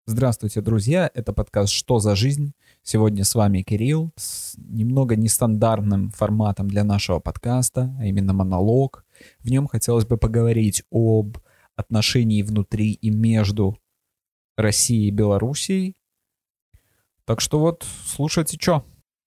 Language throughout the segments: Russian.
Здравствуйте, друзья! Это подкаст «Что за жизнь?». Сегодня с вами Кирилл с немного нестандартным форматом для нашего подкаста, а именно монолог. В нем хотелось бы поговорить об отношении внутри и между Россией и Белоруссией. Так что вот, слушайте, что.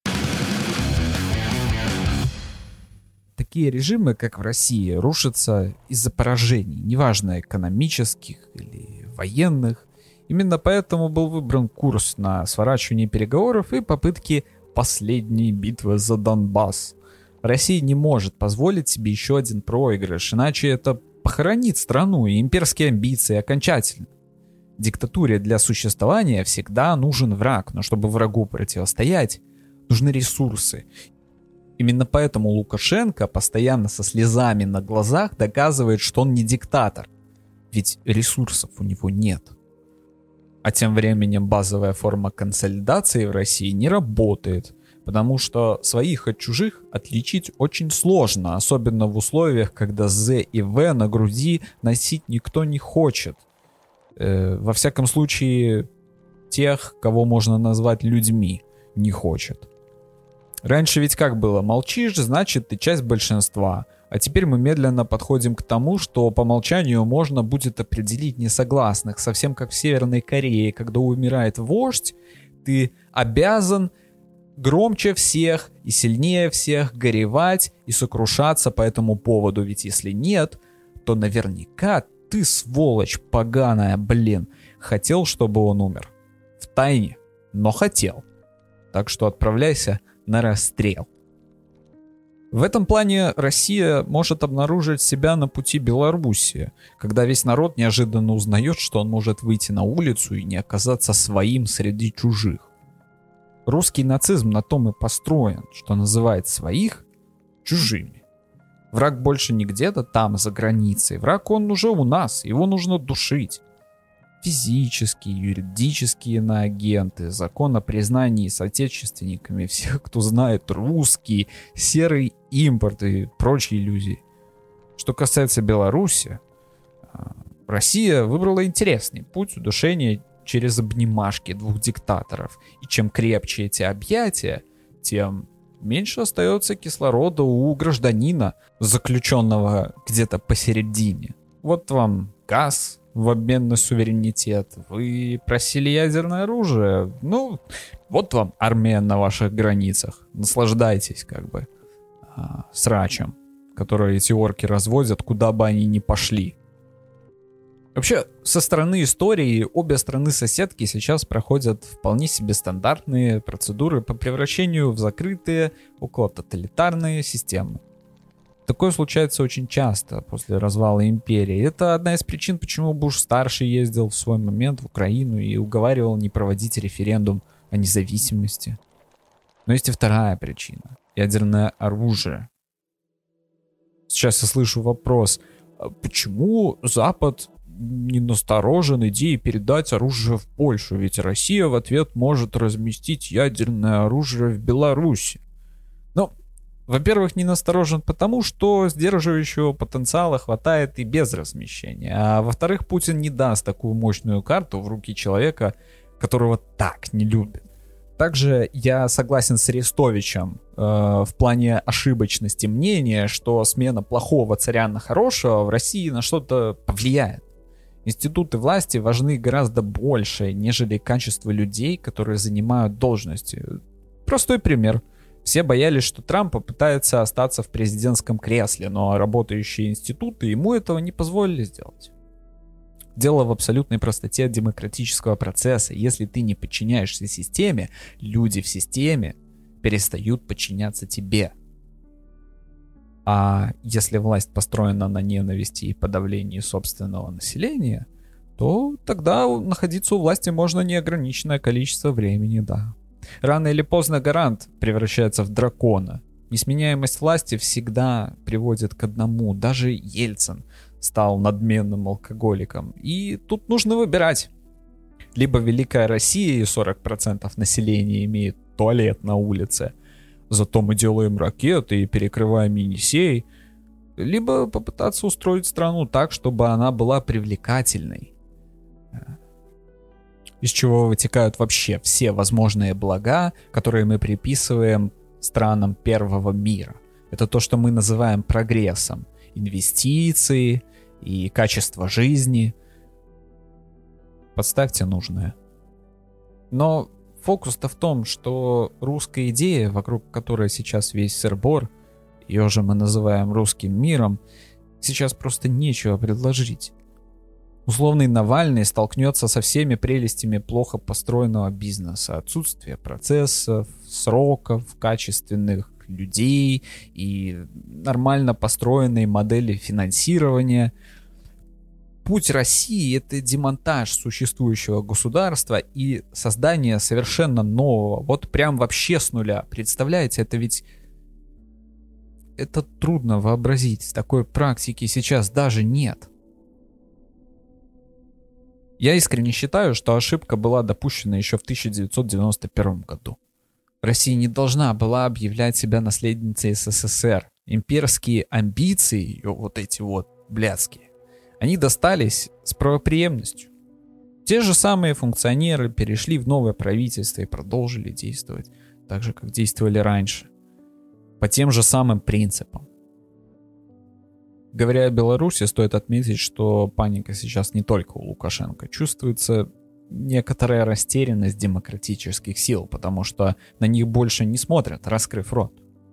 Такие режимы, как в России, рушатся из-за поражений, неважно экономических или военных. Именно поэтому был выбран курс на сворачивание переговоров и попытки последней битвы за Донбасс. Россия не может позволить себе еще один проигрыш, иначе это похоронит страну и имперские амбиции окончательно. Диктатуре для существования всегда нужен враг, но чтобы врагу противостоять, нужны ресурсы. Именно поэтому Лукашенко постоянно со слезами на глазах доказывает, что он не диктатор. Ведь ресурсов у него нет. А тем временем базовая форма консолидации в России не работает, потому что своих от чужих отличить очень сложно, особенно в условиях, когда З и В на груди носить никто не хочет. Во всяком случае, тех, кого можно назвать людьми, не хочет. Раньше ведь как было? Молчишь, значит, ты часть большинства. А теперь мы медленно подходим к тому, что по умолчанию можно будет определить несогласных, совсем как в Северной Корее, когда умирает вождь, ты обязан громче всех и сильнее всех горевать и сокрушаться по этому поводу, ведь если нет, то наверняка ты, сволочь поганая, хотел, чтобы он умер. Втайне, но хотел. Так что отправляйся на расстрел. В этом плане Россия может обнаружить себя на пути Белоруссии, когда весь народ неожиданно узнает, что он может выйти на улицу и не оказаться своим среди чужих. Русский нацизм на том и построен, что называет своих чужими. Враг больше не где-то там, за границей. Враг он уже у нас, его нужно душить. Физические, юридические иноагенты, закон о признании соотечественниками всех, кто знает русский, серый импорт и прочие иллюзии. Что касается Беларуси, Россия выбрала интересный путь удушения через обнимашки двух диктаторов. И чем крепче эти объятия, тем меньше остается кислорода у гражданина, заключенного где-то посередине. Вот вам газ в обмен на суверенитет. Вы просили ядерное оружие. Ну, вот вам армия на ваших границах. Наслаждайтесь срачем, который эти орки развозят, куда бы они ни пошли. Вообще, со стороны истории обе страны-соседки сейчас проходят вполне себе стандартные процедуры по превращению в закрытые, около тоталитарные системы. Такое случается очень часто после развала империи. Это одна из причин, почему Буш-старший ездил в свой момент в Украину и уговаривал не проводить референдум о независимости. Но есть и вторая причина – ядерное оружие. Сейчас я слышу вопрос, почему Запад не насторожен идеей передать оружие в Польшу, ведь Россия в ответ может разместить ядерное оружие в Беларуси. Во-первых, не насторожен потому, что сдерживающего потенциала хватает и без размещения. А во-вторых, Путин не даст такую мощную карту в руки человека, которого так не любит. Также я согласен с Арестовичем в плане ошибочности мнения, что смена плохого царя на хорошего в России на что-то повлияет. Институты власти важны гораздо больше, нежели качество людей, которые занимают должности. Простой пример. Все боялись, что Трамп попытается остаться в президентском кресле, но работающие институты ему этого не позволили сделать. Дело в абсолютной простоте демократического процесса. Если ты не подчиняешься системе, люди в системе перестают подчиняться тебе. А если власть построена на ненависти и подавлении собственного населения, то тогда находиться у власти можно неограниченное количество времени, да. Рано или поздно гарант превращается в дракона. Несменяемость власти всегда приводит к одному. Даже Ельцин стал надменным алкоголиком. И тут нужно выбирать. Либо Великая Россия и 40% населения имеет туалет на улице, зато мы делаем ракеты и перекрываем Енисей, либо попытаться устроить страну так, чтобы она была привлекательной. из чего вытекают вообще все возможные блага, которые мы приписываем странам первого мира. Это то, что мы называем прогрессом. Инвестиции и качество жизни. Подставьте нужное. Но фокус-то в том, что русская идея, вокруг которой сейчас весь сыр-бор, ее же мы называем русским миром, сейчас просто нечего предложить. Условный Навальный столкнется со всеми прелестями плохо построенного бизнеса. Отсутствие процессов, сроков, качественных людей и нормально построенной модели финансирования. Путь России — это демонтаж существующего государства и создание совершенно нового. Вот прям вообще с нуля. Представляете, это ведь... Это трудно вообразить. Такой практики сейчас даже нет. Я искренне считаю, что ошибка была допущена еще в 1991 году. Россия не должна была объявлять себя наследницей СССР. Имперские амбиции, вот эти вот блядские, они достались с правопреемностью. Те же самые функционеры перешли в новое правительство и продолжили действовать так же, как действовали раньше. По тем же самым принципам. Говоря о Беларуси, стоит отметить, что паника сейчас не только у Лукашенко. Чувствуется некоторая растерянность демократических сил, потому что на них больше не смотрят, раскрыв рот.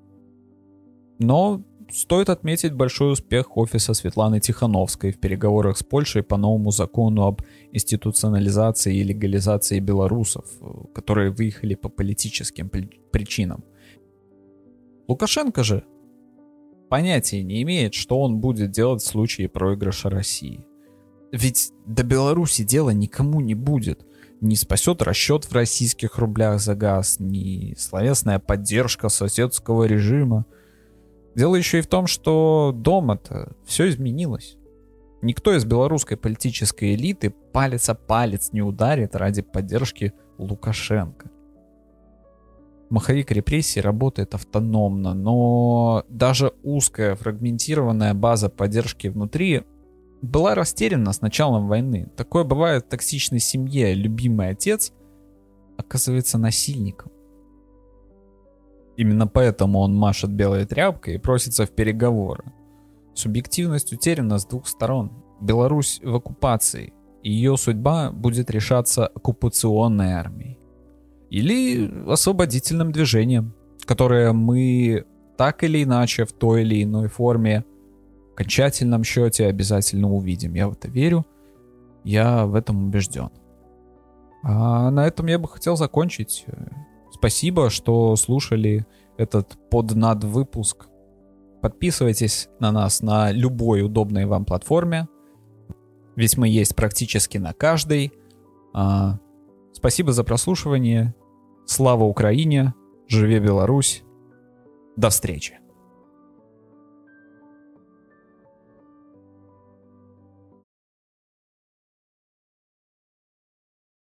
Но стоит отметить большой успех офиса Светланы Тихановской в переговорах с Польшей по новому закону об институционализации и легализации белорусов, которые выехали по политическим причинам. Лукашенко же понятия не имеет, что он будет делать в случае проигрыша России. Ведь до Беларуси дела никому не будет. Не спасет расчет в российских рублях за газ, ни словесная поддержка соседского режима. Дело еще и в том, что дома-то все изменилось. Никто из белорусской политической элиты палец о палец не ударит ради поддержки Лукашенко. Маховик репрессий работает автономно, но даже узкая фрагментированная база поддержки внутри была растеряна с началом войны. Такое бывает в токсичной семье. Любимый отец оказывается насильником. Именно поэтому он машет белой тряпкой и просится в переговоры. Субъективность утеряна с двух сторон. Беларусь в оккупации, и ее судьба будет решаться оккупационной армией. Или освободительным движением, которое мы так или иначе в той или иной форме в окончательном счете обязательно увидим. Я в это верю, я в этом убежден. А на этом я бы хотел закончить. Спасибо, что слушали этот поднадвыпуск. Подписывайтесь на нас на любой удобной вам платформе, ведь мы есть практически на каждой. Спасибо за прослушивание. Слава Украине! Живе Беларусь! До встречи!